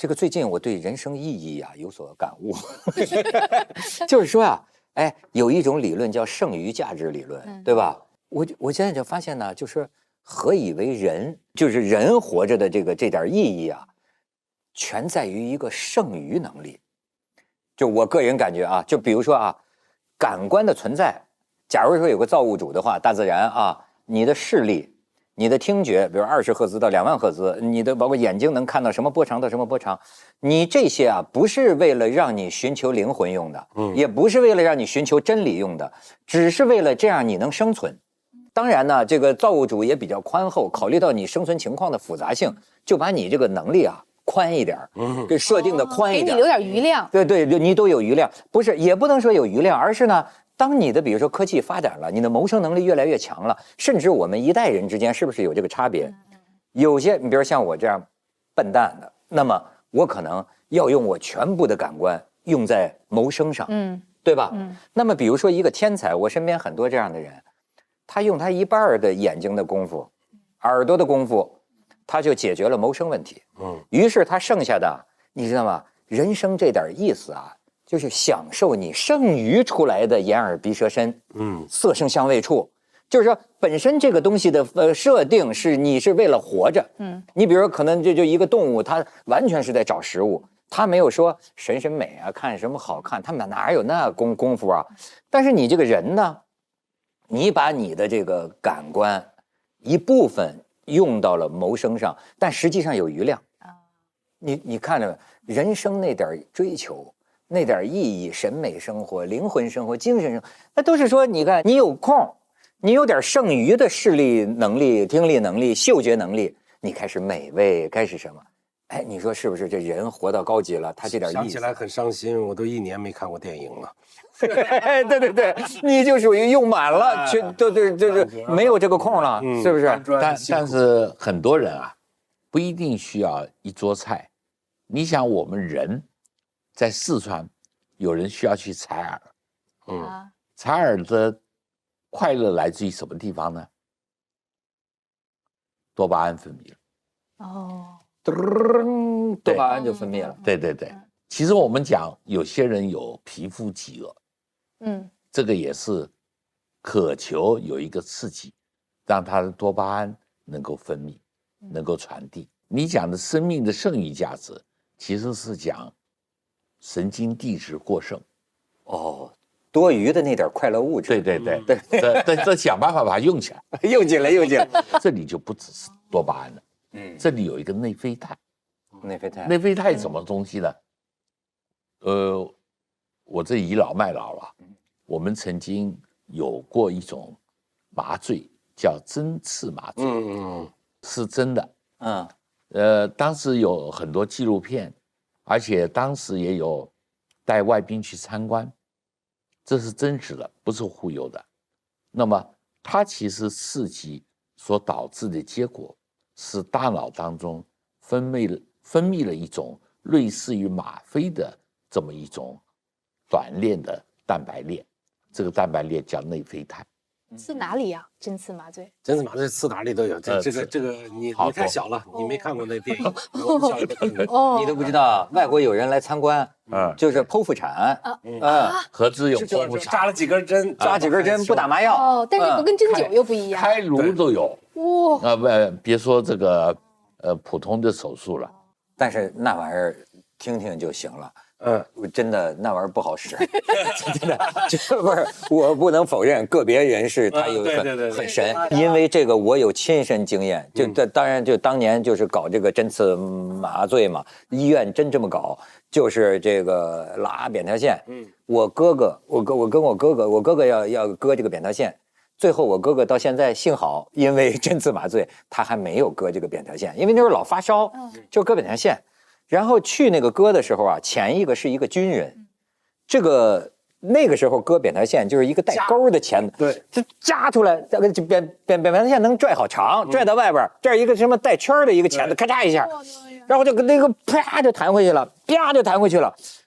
这个最近我对人生意义啊有所感悟，就是说啊，哎，有一种理论叫剩余价值理论，对吧？我现在就发现呢，就是何以为人，就是人活着的这点意义啊，全在于一个剩余能力。就我个人感觉啊，就比如说啊，感官的存在，假如说有个造物主的话，大自然啊，你的视力。你的听觉，比如20赫兹到2万赫兹，你的包括眼睛能看到什么波长到什么波长，你这些啊不是为了让你寻求灵魂用的，也不是为了让你寻求真理用的，只是为了这样你能生存。当然呢，这个造物主也比较宽厚，考虑到你生存情况的复杂性，就把你这个能力啊宽一点，给设定的宽一点， 给你留点余量。 对对，你都有余量，不是也不能说有余量，而是呢。当你的比如说科技发展了，你的谋生能力越来越强了，甚至我们一代人之间是不是有这个差别？有些你比如像我这样笨蛋的，那么我可能要用我全部的感官用在谋生上，对吧？那么比如说一个天才，我身边很多这样的人，他用他一半的眼睛的功夫、耳朵的功夫，他就解决了谋生问题。于是他剩下的，你知道吗？人生这点意思啊。就是享受你剩余出来的眼耳鼻舌身，色声香味触，就是说本身这个东西的设定是你是为了活着，你比如说可能就一个动物，它完全是在找食物，它没有说审美啊，看什么好看，他们哪有那功夫啊？但是你这个人呢，你把你的这个感官一部分用到了谋生上，但实际上有余量你看着人生那点追求。那点意义、审美生活、灵魂生活、精神生活，那都是说，你看，你有空，你有点剩余的视力能力、听力能力、嗅觉能力，你开始美味，开始什么？哎，你说是不是？这人活到高级了，他这点意思。 想起来很伤心，我都1年没看过电影了。 对对对，你就属于用满了，就是没有这个空了，是不是？ 但是很多人啊，不一定需要一桌菜。你想，我们人。在四川，有人需要去采耳，采耳的快乐来自于什么地方呢？多巴胺分泌了， 多巴胺就分泌了。 对对对，其实我们讲，有些人有皮肤饥饿，这个也是渴求有一个刺激，让他的多巴胺能够分泌，能够传递。你讲的生命的剩余价值，其实是讲。神经递质过剩， 多余的那点快乐物质， 对，这想办法把它用起来， 用进来。 这里就不只是多巴胺了，这里有一个内啡肽。内啡肽什么东西呢？我这倚老卖老了，我们曾经有过一种麻醉叫针刺麻醉，是真的，当时有很多纪录片。而且当时也有带外宾去参观，这是真实的，不是忽悠的。那么它其实刺激所导致的结果是大脑当中分泌了一种类似于吗啡的这么一种短链的蛋白链，这个蛋白链叫内啡肽。 刺哪里呀？针刺麻醉？ 针刺麻醉刺哪里都有。这个你太小了，你没看过那电影， 你都不知道。外国有人来参观，就是剖腹产， 何止有剖腹产， 扎了几根针， 不打麻药。 但是这个跟针灸又不一样， 开颅都有。别说这个普通的手术了， 但是那玩意儿听听就行了。真的那玩意儿不好使，真的，不是我不能否认个别人士他有很神，因为这个我有亲身经验，就当然就当年就是搞这个针刺麻醉嘛，医院真这么搞，就是这个拉扁桃腺，我跟我哥哥要割这个扁桃腺，最后我哥哥到现在幸好因为针刺麻醉他还没有割这个扁桃腺，因为那时候老发烧，就割扁桃腺。然后去那个割的时候啊，前一个是一个军人，那个时候割扁桃腺就是一个带钩的钳子， 对， 就夹出来，这个扁桃腺能拽好长，拽到外边，这儿一个什么带圈的一个钳子，咔嚓一下，然后就那个啪就弹回去了，啪就弹回去了。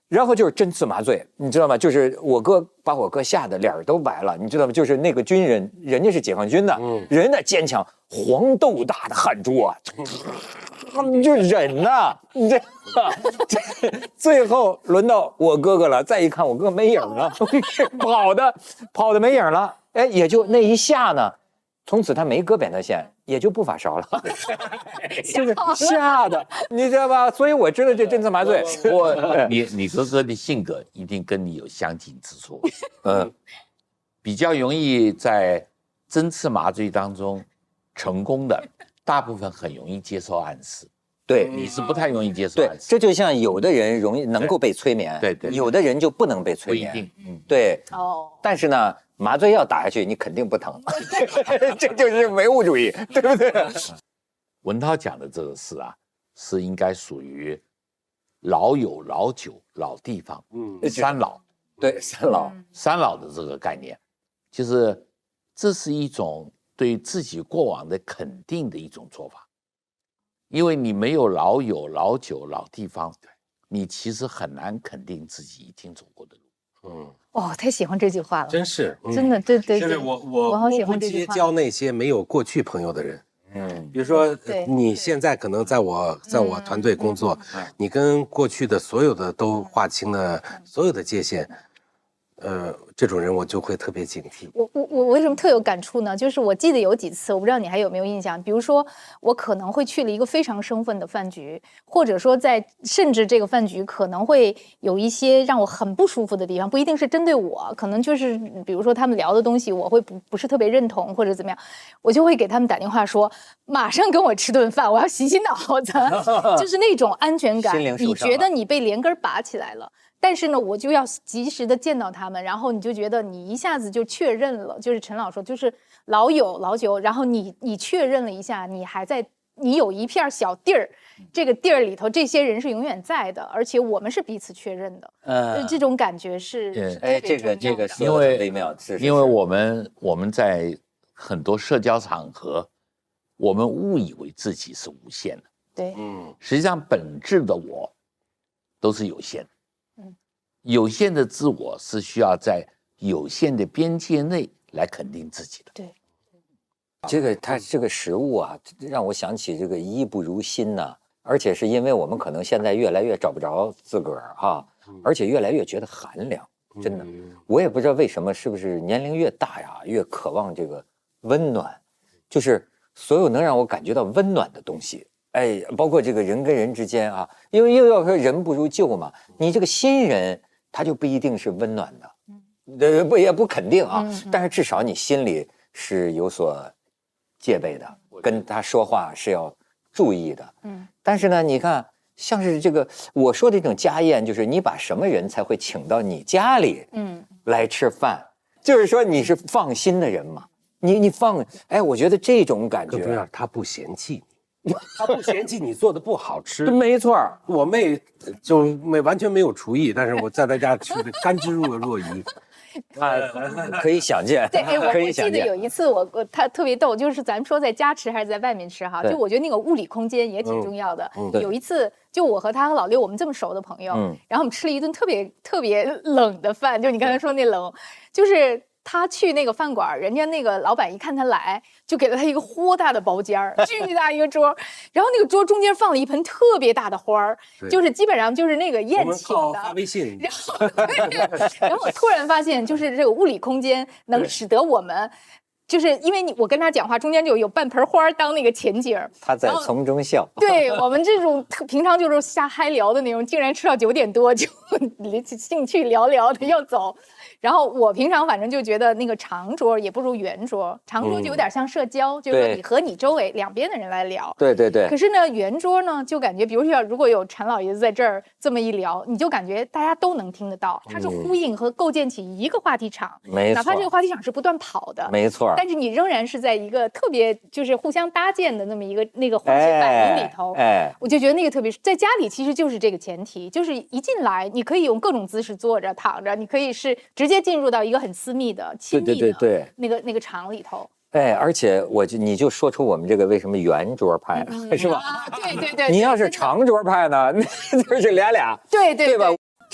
然后就是针刺麻醉，你知道吗？就是我哥把我哥吓得脸儿都白了，你知道吗？就是那个军人，人家是解放军的，人的坚强，黄豆大的汗珠啊，你就忍呐，你这最后轮到我哥哥了，再一看我哥没影了，跑的没影了，哎，也就那一下呢。从此他没割扁桃腺，也就不发烧了，就是吓的，你知道吧？所以我知道这针刺麻醉。 你哥哥的性格一定跟你有相近之处，比较容易在针刺麻醉当中成功的，大部分很容易接受暗示。 对， 你是不太容易接受暗示。 这就像有的人容易能够被催眠， 对， 有的人就不能被催眠， 不一定， 对，但是呢。麻醉药打下去，你肯定不疼，这就是唯物主义，对不对？ 文涛讲的这个事啊，是应该属于老友、老酒、老地方，三老， 对， 三老的这个概念，就是这是一种对自己过往的肯定的一种做法，因为你没有老友、老酒、老地方，你其实很难肯定自己已经走过的路。 太喜欢这句话了， 真是， 真的，对。 就是我好喜欢这句话。 结交那些没有过去朋友的人，比如说你现在可能在我团队工作，你跟过去的所有的都划清了所有的界限，这种人我就会特别警惕。 我为什么特有感触呢？就是我记得有几次，我不知道你还有没有印象，比如说我可能会去了一个非常生分的饭局，或者说甚至这个饭局可能会有一些让我很不舒服的地方，不一定是针对我，可能就是比如说他们聊的东西我会不是特别认同或者怎么样，我就会给他们打电话说马上跟我吃顿饭，我要洗洗脑子，就是那种安全感，你觉得你被连根拔起来了。但是呢，我就要及时的见到他们，然后你就觉得你一下子就确认了，就是陈老说，就是老友老酒，然后你确认了一下，你有一片小地儿，这个地儿里头这些人是永远在的，而且我们是彼此确认的，这种感觉是这个是微妙， 因为我们在很多社交场合，我们误以为自己是无限的， 对， 实际上本质的我都是有限的。有限的自我是需要在有限的边界内来肯定自己的。 对， 它这个食物啊，让我想起这个衣不如新呐，而且是因为我们可能现在越来越找不着自个儿哈，而且越来越觉得寒凉，真的，我也不知道为什么，是不是年龄越大呀，越渴望这个温暖，就是所有能让我感觉到温暖的东西。哎，包括这个人跟人之间啊，因为又要说人不如旧嘛，你这个新人他就不一定是温暖的，也不肯定啊，但是至少你心里是有所戒备的，跟他说话是要注意的。但是呢，你看，像是这个我说的这种家宴，就是你把什么人才会请到你家里，来吃饭，就是说你是放心的人嘛，你放，哎，我觉得这种感觉， 更重要，他不嫌弃你。他不嫌弃你做的不好吃， 没错。 我妹完全没有厨艺，但是我在她家吃的甘之若饴。 可以想见。 对，我记得有一次他特别逗，就是咱们说在家吃还是在外面吃哈，就我觉得那个物理空间也挺重要的。有一次，就我和他和老六我们这么熟的朋友，然后我们吃了一顿特别冷的饭，就你刚才说那冷，就是他去那个饭馆，人家那个老板一看他来，就给了他一个豁大的包间儿，巨大一个桌，然后那个桌中间放了一盆特别大的花儿，就是基本上就是那个宴请的。 我们靠发微信。 然后我突然发现，就是这个物理空间能使得我们。就是因为我跟他讲话，中间就有半盆花当那个前景， 他在从中笑。 对我们这种平常就是瞎嗨聊的那种，竟然吃到9点多就兴趣寥寥的要走。然后我平常反正就觉得那个长桌也不如圆桌，长桌就有点像社交，就是说你和你周围两边的人来聊。 对对对。 可是呢，圆桌呢就感觉，比如说如果有陈老爷子在这儿这么一聊，你就感觉大家都能听得到，它是呼应和构建起一个话题场， 没错， 哪怕这个话题场是不断跑的， 没错。 但是你仍然是在一个特别就是互相搭建的那么一个那个化学反应里头，我就觉得那个特别是在家里，其实就是这个前提，就是一进来你可以用各种姿势坐着、躺着，你可以是直接进入到一个很私密的、亲密的那个场里头。 哎，而且你就说出我们这个为什么圆桌派是吧？ 对对对。 你要是长桌派呢，那就是俩，对吧？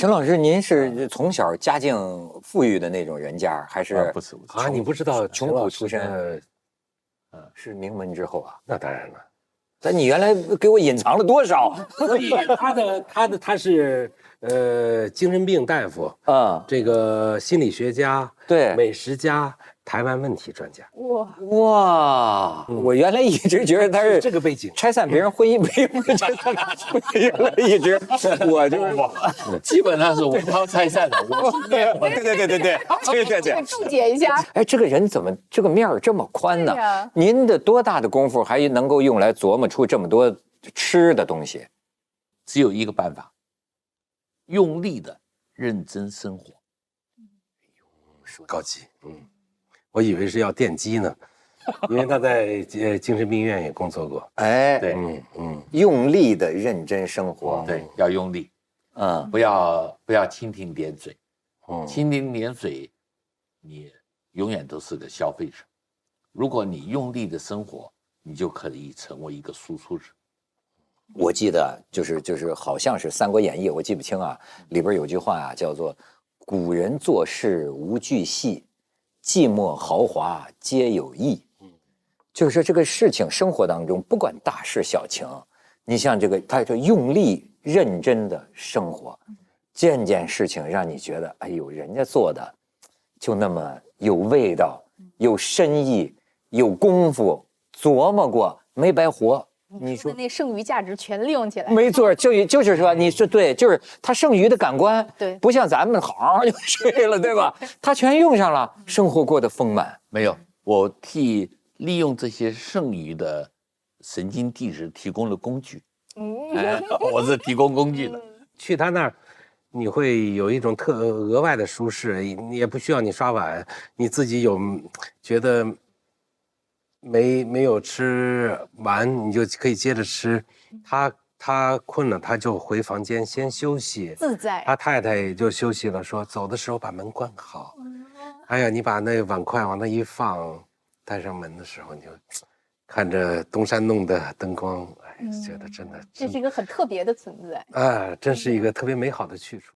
陈老师，您是从小家境富裕的那种人家，还是不是啊？你不知道穷苦出身？是名门之后啊？ 那当然了。 但你原来给我隐藏了多少？ 所以他是精神病大夫啊，这个心理学家， 对， 美食家，台湾问题专家。 哇！我原来一直觉得他是这个背景， 拆散别人婚姻，原来一直我就是基本上是文韬拆散的。 对， 注解一下。 哎，这个人怎么这个面儿这么宽呢？您的多大的功夫还能够用来琢磨出这么多吃的东西？ 只有一个办法，用力的认真生活。 高级，我以为是要电击呢，因为他在精神病院也工作过。 哎， 对， 用力的认真生活， 对，要用力，不要蜻蜓点水，蜻蜓点水，你永远都是个消费者。如果你用力的生活，你就可以成为一个输出者。 我记得就是好像是《三国演义》，我记不清啊，里边有句话啊，叫做“古人做事无巨细，寂寞豪华皆有意”。就是说这个事情生活当中不管大事小情，你像这个他就用力认真的生活，件件事情让你觉得哎呦，人家做的就那么有味道，有深意，有功夫，琢磨过，没白活。你说那剩余价值全利用起来， 没错，就是说，你说对，就是他剩余的感官， 对， 不像咱们好就睡了，对吧？他全用上了，生活过得丰满。 没有，我替利用这些剩余的神经递质提供了工具。我是提供工具的。 去他那儿，你会有一种额外的舒适，你也不需要你刷碗，你自己有觉得。没有吃完，你就可以接着吃。他困了，他就回房间先休息， 自在。 他太太也就休息了，说走的时候把门关好。哎呀，你把那个碗筷往那一放，带上门的时候，你就看着东山弄的灯光，哎，觉得真的， 这是一个很特别的存在啊，真是一个特别美好的去处。